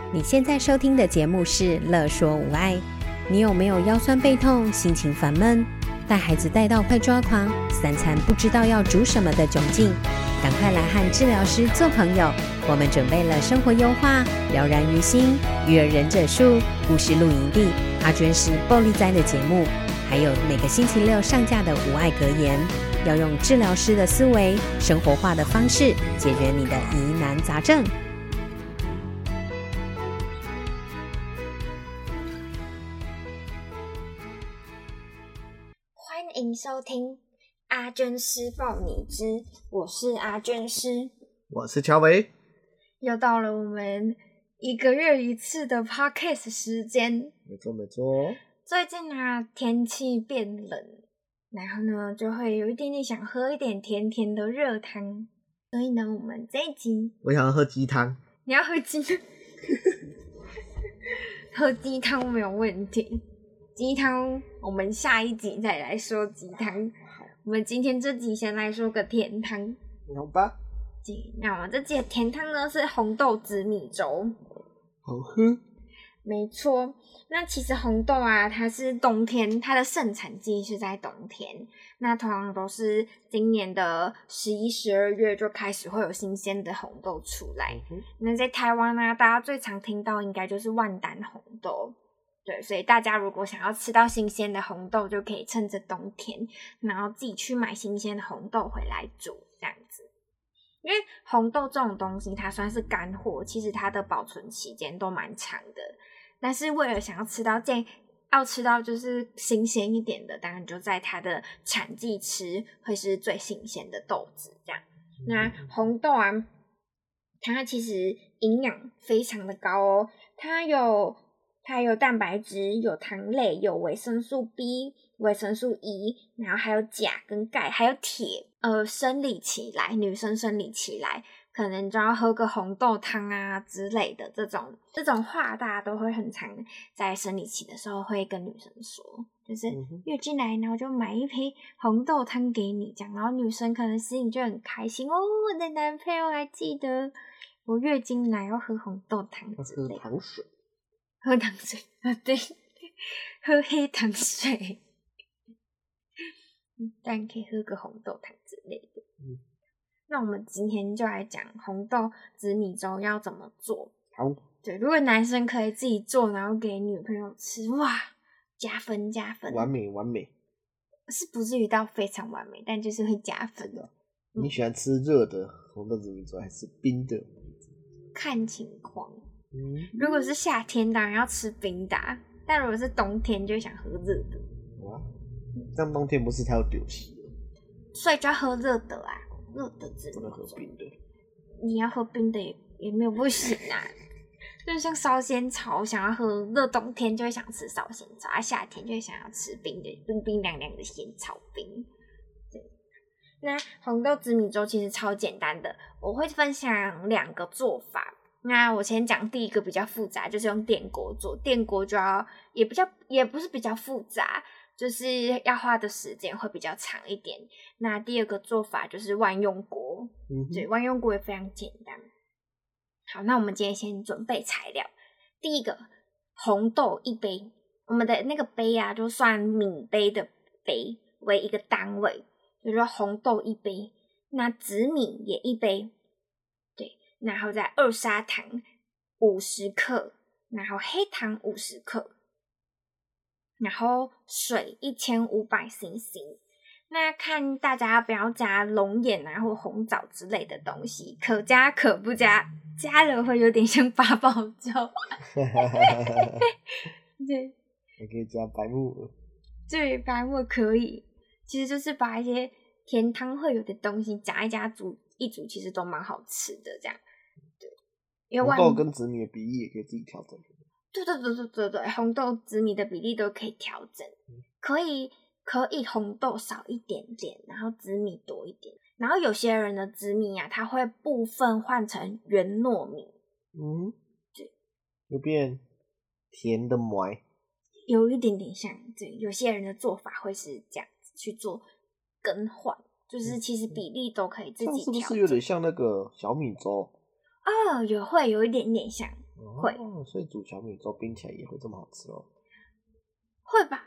你现在收听的节目是乐说无爱。你有没有腰酸背痛、心情烦闷、带孩子带到快抓狂、三餐不知道要煮什么的窘境？赶快来和治疗师做朋友，我们准备了生活优化、了然于心、育儿忍者术、故事露营地、阿娟是暴力哉的节目，还有每个星期六上架的无爱格言，要用治疗师的思维、生活化的方式解决你的疑难杂症。 欢迎收听阿娟师报你知，我是阿娟师， 我是乔维， 又到了我们1个月一次的 podcast 时间。 没错没错。 最近啊，天气变冷，然后呢，就会有一点点想喝一点甜甜的热汤，所以呢，我们这一集我想要喝鸡汤。 你要喝鸡汤？喝鸡汤没有问题。鸡汤我们下一集再来说鸡汤，我们今天这集先来说个甜汤。 好吧。 那我们这集的甜汤呢是红豆紫米粥， 好喝。 没错，那其实红豆啊，它是冬天，它的盛产季是在冬天，那通常都是今年的11、12月就开始会有新鲜的红豆出来。那在台湾啊，大家最常听到应该就是万丹红豆。对，所以大家如果想要吃到新鲜的红豆，就可以趁着冬天，然后自己去买新鲜的红豆回来煮这样子。因为红豆这种东西，它算是干货，其实它的保存期间都蛮长的。但是为了想要吃到就是新鲜一点的，当然就在它的产季吃会是最新鲜的豆子这样。那红豆啊，它其实营养非常的高哦，它有蛋白质，有糖类，有维生素 B、维生素 E， 然后还有钾跟钙，还有铁。生理期来，女生生理期来，可能就要喝个红豆汤啊之类的，这种话大家都会很常在生理期的时候会跟女生说，就是月经来，然后就买一杯红豆汤给你这样，然后女生可能心里就很开心哦，我的男朋友还记得我月经来要喝红豆汤之类的。 喝糖水。 喝糖水啊，对，喝黑糖水，当然可以喝个红豆汤之类的。那我们今天就来讲红豆紫米粥要怎么做。 好， 对，如果男生可以自己做，然后给女朋友吃，哇，加分加分， 完美完美， 是不至于到非常完美，但就是会加分的。 你喜欢吃热的红豆紫米粥还是冰的？ 看情况。如果是夏天当然要吃冰的，但如果是冬天就想喝热的。 哇，这样冬天不是太有丢弃了？ 所以就要喝热的啊，热的紫米粥。 不能喝冰的。你要喝冰的也没有不行啊。就是像烧仙草，想要喝热，冬天就会想吃烧仙草，夏天就会想要吃冰的冰冰凉凉的仙草冰。对，那红豆紫米粥其实超简单的，我会分享2个做法。那我先讲第一个比较复杂，就是用电锅做，电锅就要也不是比较复杂，就是要花的时间会比较长一点。那第二个做法就是万用锅，对，万用锅也非常简单。好，那我们今天先准备材料。第一个，红豆1杯，我们的那个杯啊，就算米杯的杯为一个单位，比如说红豆1杯，那紫米也1杯。然后再2砂糖50克，然后黑糖50克，然后水1500cc。那看大家要不要加龙眼啊或红枣之类的东西，可加可不加，加了会有点像八宝粥。对， 还可以加白木耳。 对，白木耳可以，其实就是把一些甜汤会有的东西加一加，煮一煮，其实都蛮好吃的这样。 红豆跟紫米的比例也可以自己调整。 对，红豆紫米的比例都可以调整，可以红豆少一点点，然后紫米多一点。然后有些人的紫米啊，它会部分换成原糯米，对， 有变甜的糜， 有一点点像。对，有些人的做法会是这样子去做更换，就是其实比例都可以自己调整。 是不是有点像那个小米粥？ 也会有一点点像， 会。 所以煮小米粥冰起来也会这么好吃哦？ 会吧？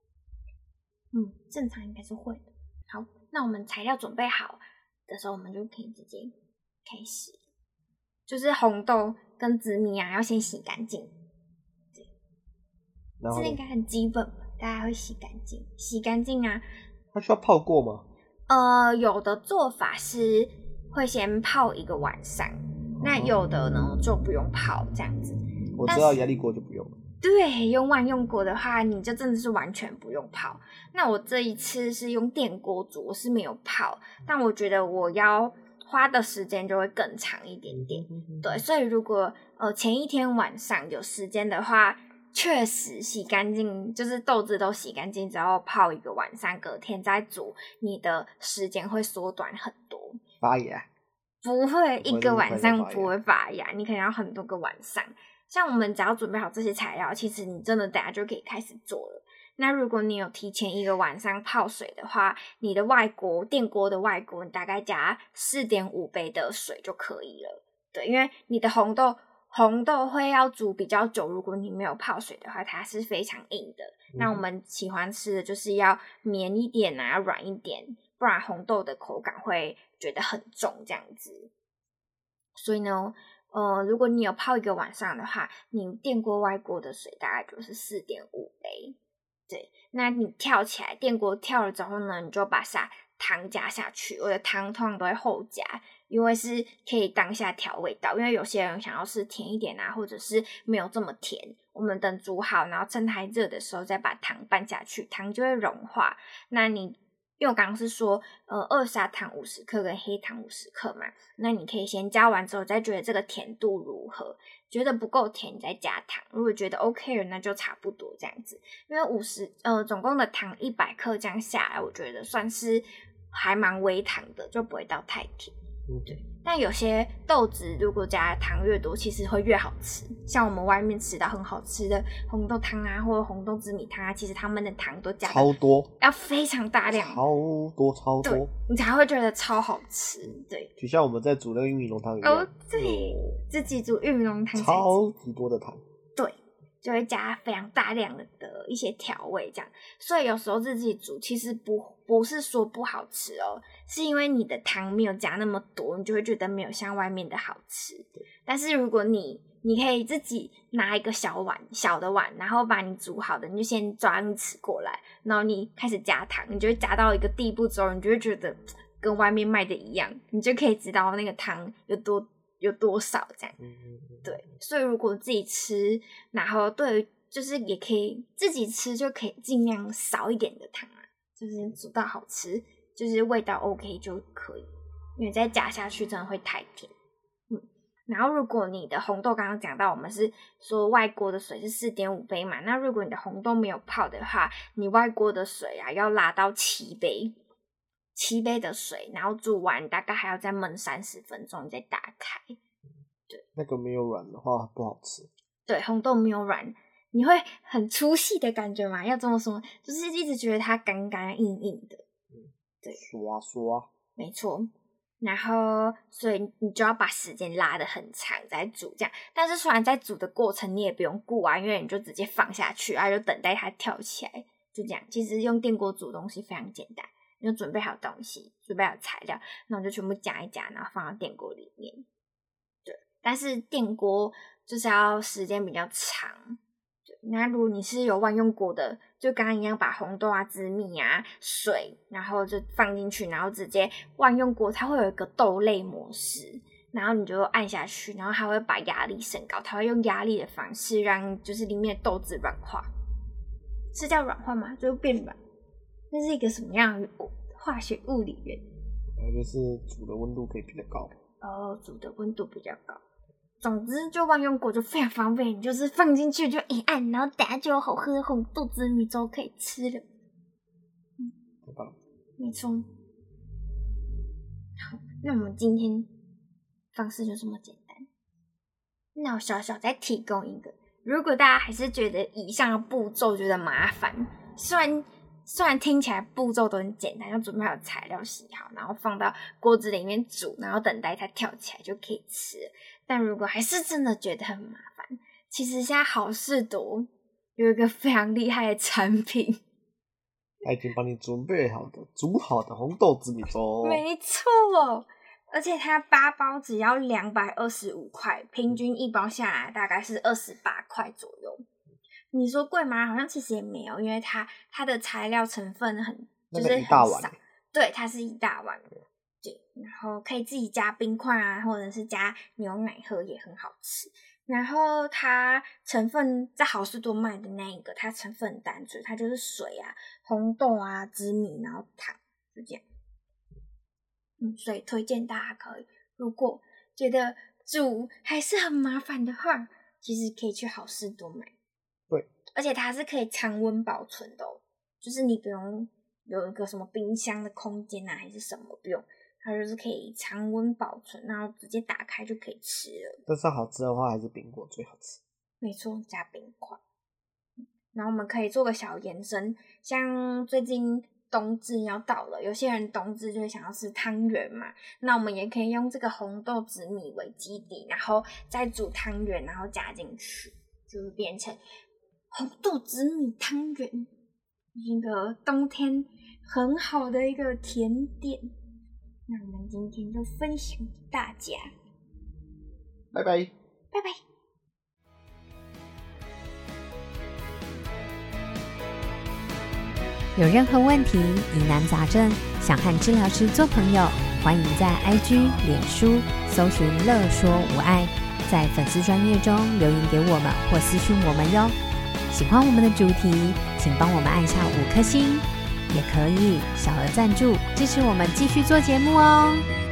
正常应该是会的。好，那我们材料准备好的时候，我们就可以直接开始。就是红豆跟紫米啊，要先洗干净。对，这应该很基本吧？大家会洗干净，洗干净啊。 它需要泡过吗？ 有的做法是会先泡1个晚上，那有的呢就不用泡这样子。 我知道压力锅就不用了。 对，用万用锅的话，你就真的是完全不用泡。那我这一次是用电锅煮，我是没有泡，但我觉得我要花的时间就会更长一点点。对，所以如果前一天晚上有时间的话，确实洗干净，就是豆子都洗干净之后泡1个晚上，隔天再煮，你的时间会缩短很多。 发芽？ 不会，1个晚上不会发芽，你可能要很多个晚上。像我们只要准备好这些材料，其实你真的等下就可以开始做了。那如果你有提前1个晚上泡水的话，你的电锅的外锅，你大概加 4.5 杯的水就可以了。对，因为你的红豆会要煮比较久，如果你没有泡水的话，它是非常硬的。那我们喜欢吃的就是要绵一点啊，软一点，不然红豆的口感会觉得很重这样子。所以呢，如果你有泡1个晚上的话，你电锅外锅的水大概就是 4.5 杯。对，那你跳起来，电锅跳了之后呢，你就把糖加下去。我的糖通常都会后加，因为是可以当下调味道。因为有些人想要是甜一点啊，或者是没有这么甜，我们等煮好，然后趁它热的时候再把糖拌下去，糖就会融化。那你因为我刚刚是说二砂糖50克跟黑糖50克嘛，那你可以先加完之后再觉得这个甜度如何，觉得不够甜你再加糖，如果觉得 OK 了那就差不多这样子。因为总共的糖100克这样下来，我觉得算是还蛮微糖的，就不会到太甜。对，但有些豆子如果加的糖越多，其实会越好吃。像我们外面吃到很好吃的红豆汤啊，或者红豆紫米汤啊，其实他们的糖都加超多， 要非常大量， 超多， 你才会觉得超好吃。对， 就像我们在煮那个玉米浓汤一样。 对，自己煮玉米浓汤超级多的糖。 对，就会加非常大量的一些调味这样。所以有时候自己煮其实不是说不好吃哦，是因为你的糖没有加那么多，你就会觉得没有像外面的好吃。但是如果你可以自己拿一个小的碗，然后把你煮好的你就先抓1匙过来，然后你开始加糖，你就会加到一个地步之后，你就会觉得跟外面卖的一样，你就可以知道那个糖有多少这样。对，所以如果自己吃，然后就是也可以自己吃，就可以尽量少一点的糖啊，就是煮到好吃，就是味道 OK 就可以，因为再加下去真的会太甜。然后如果你的红豆刚刚讲到我们是说外锅的水是 4.5 杯嘛，那如果你的红豆没有泡的话，你外锅的水啊要拉到7杯的水，然后煮完大概还要再焖30分钟再打开。对， 那个没有软的话不好吃。 对，红豆没有软你会很粗细的感觉嘛，要这么说就是一直觉得它干干硬硬的。对， 刷没错。然后所以你就要把时间拉得很长再煮这样，但是虽然在煮的过程你也不用顾啊，因为你就直接放下去啊，就等待它跳起来，就这样。其实用电锅煮东西非常简单，你就准备好东西，准备好材料，然后就全部夹一夹，然后放到电锅里面。对，但是电锅就是要时间比较长。那如果你是有万用锅的，就刚刚一样把红豆啊、紫米啊、水，然后就放进去，然后直接万用锅，它会有一个豆类模式，然后你就按下去，然后它会把压力升高，它会用压力的方式让就是里面的豆子软化，是叫软化吗？就变软，那是一个什么样的化学物理原理？ 就是煮的温度可以比较高。 煮的温度比较高。总之就万用锅就非常方便，你就是放进去就一按，然后等下就有好喝的红豆紫米粥可以吃了。 太棒了。 没错。好，那我们今天方式就这么简单。那我小小再提供一个，如果大家还是觉得以上的步骤觉得麻烦，虽然虽然听起来步骤都很简单，就准备好材料洗好，然后放到锅子里面煮，然后等待它跳起来就可以吃了。但如果还是真的觉得很麻烦，其实现在好事多有一个非常厉害的产品， 他已经帮你准备好的煮好的红豆紫米粥。 没错，而且它8包只要225块，平均一包下来大概是28块左右。你说贵吗？好像其实也没有，因为它的材料成分就是很少，对，它是一大碗，对，然后可以自己加冰块啊，或者是加牛奶喝也很好吃。然后它成分在好事多卖的那一个，它成分很单纯，它就是水啊、红豆啊、紫米，然后糖，就这样。所以推荐大家可以，如果觉得煮还是很麻烦的话，其实可以去好事多买。 对， 而且它是可以常温保存的就是你不用有一个什么冰箱的空间啊，还是什么不用，它就是可以常温保存，然后直接打开就可以吃了。 但是好吃的话，还是冰果最好吃。 没错，加冰块。然后我们可以做个小延伸，像最近冬至要到了，有些人冬至就会想要吃汤圆嘛，那我们也可以用这个红豆紫米为基底，然后再煮汤圆，然后加进去，就会变成红豆紫米汤圆，一个冬天很好的一个甜点。那我们今天就分享给大家， 拜拜， 拜拜。 有任何问题、疑难杂症，想和治疗师做朋友，欢迎在 IG、脸书搜寻乐说无碍，在粉丝专页中留言给我们或私讯我们哟。喜欢我们的主题，请帮我们按下5颗星，也可以小额赞助支持我们继续做节目哦。